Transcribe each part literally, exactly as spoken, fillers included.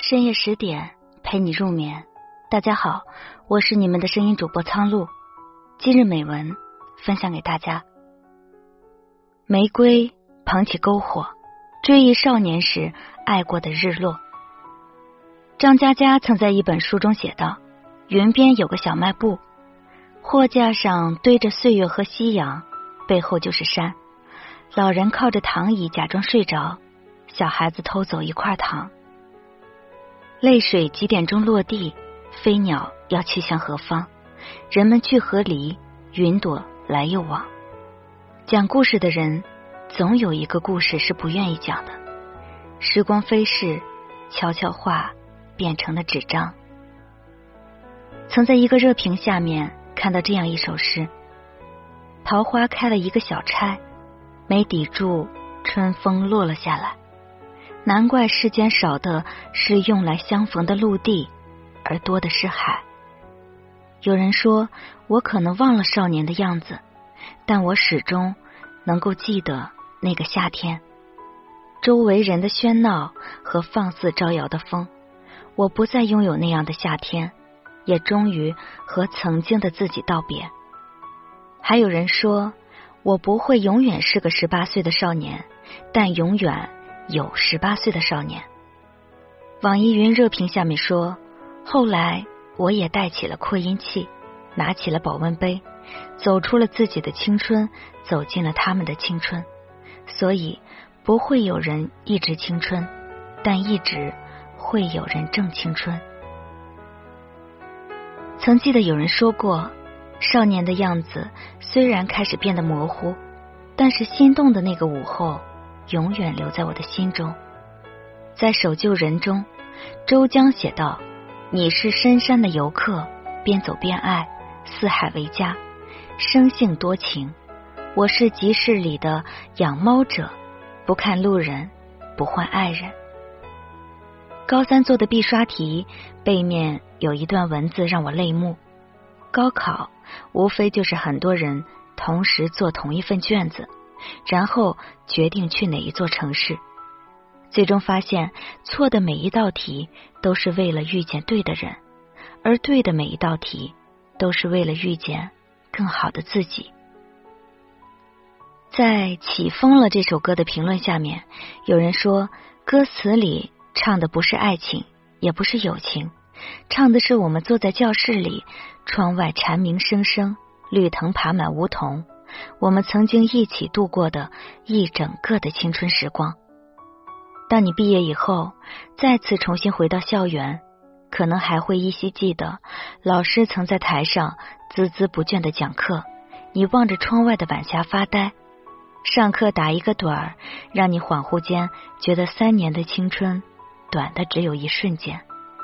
深夜十点陪你入眠。大家好，我是你们的声音主播苍鹭。今日美文分享给大家。玫瑰捧起篝火，追忆少年时爱过的日落。张嘉佳曾在一本书中写道，云边有个小卖部，货架上堆着岁月和夕阳，背后就是山。老人靠着躺椅假装睡着，小孩子偷走一块糖。泪水几点钟落地，飞鸟要去向何方，人们聚合离，云朵来又往。讲故事的人总有一个故事是不愿意讲的，时光飞逝，悄悄话变成了纸张。曾在一个热评下面看到这样一首诗，桃花开了一个小钗，没抵住春风落了下来，难怪世间少的是用来相逢的陆地，而多的是海。有人说我可能忘了少年的样子，但我始终能够记得那个夏天，周围人的喧闹和放肆招摇的风。我不再拥有那样的夏天，也终于和曾经的自己道别。还有人说我不会永远是个十八岁的少年，但永远有十八岁的少年。网易云热评下面说，后来我也带起了扩音器，拿起了保温杯，走出了自己的青春，走进了他们的青春。所以不会有人一直青春，但一直会有人正青春。曾记得有人说过，少年的样子虽然开始变得模糊，但是心动的那个午后永远留在我的心中。在守旧人中，周江写道，你是深山的游客，边走边爱，四海为家，生性多情。我是集市里的养猫者，不看路人，不换爱人。高三做的必刷题背面有一段文字让我泪目。高考无非就是很多人同时做同一份卷子，然后决定去哪一座城市，最终发现错的每一道题都是为了遇见对的人，而对的每一道题都是为了遇见更好的自己。在起风了这首歌的评论下面，有人说歌词里唱的不是爱情，也不是友情，唱的是我们坐在教室里，窗外蝉鸣声声，绿藤爬满梧桐，我们曾经一起度过的一整个的青春时光。当你毕业以后，再次重新回到校园，可能还会依稀记得老师曾在台上孜孜不倦地讲课，你望着窗外的晚霞发呆，上课打一个盹儿，让你恍惚间觉得三年的青春短的只有一瞬间。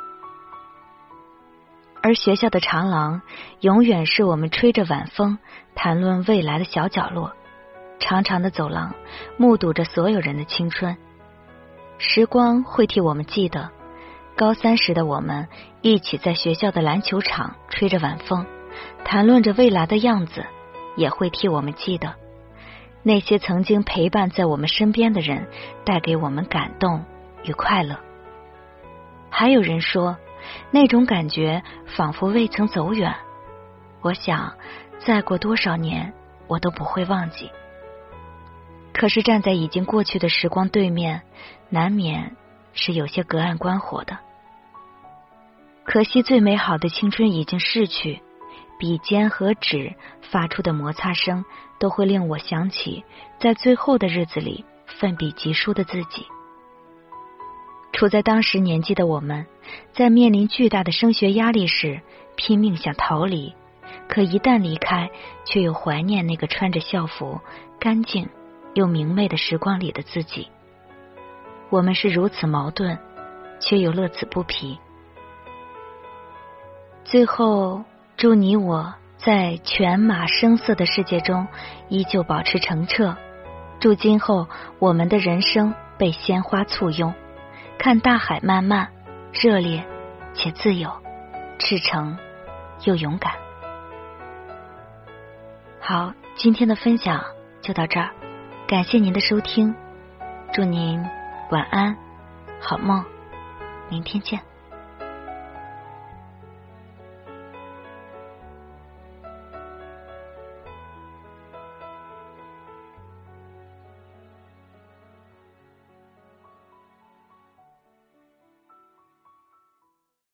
而学校的长廊永远是我们吹着晚风谈论未来的小角落，长长的走廊目睹着所有人的青春。时光会替我们记得，高三时的我们一起在学校的篮球场吹着晚风，谈论着未来的样子，也会替我们记得那些曾经陪伴在我们身边的人带给我们感动与快乐。还有人说那种感觉仿佛未曾走远，我想再过多少年我都不会忘记。可是站在已经过去的时光对面，难免是有些隔岸观火的。可惜最美好的青春已经逝去，笔尖和纸发出的摩擦声都会令我想起在最后的日子里奋笔疾书的自己。处在当时年纪的我们，在面临巨大的升学压力时拼命想逃离，可一旦离开，却又怀念那个穿着校服干净又明媚的时光里的自己。我们是如此矛盾，却又乐此不疲。最后祝你我在犬马声色的世界中依旧保持澄澈，祝今后我们的人生被鲜花簇拥，看大海漫漫，热烈且自由，赤诚又勇敢。好，今天的分享就到这儿，感谢您的收听，祝您晚安，好梦。 明天见。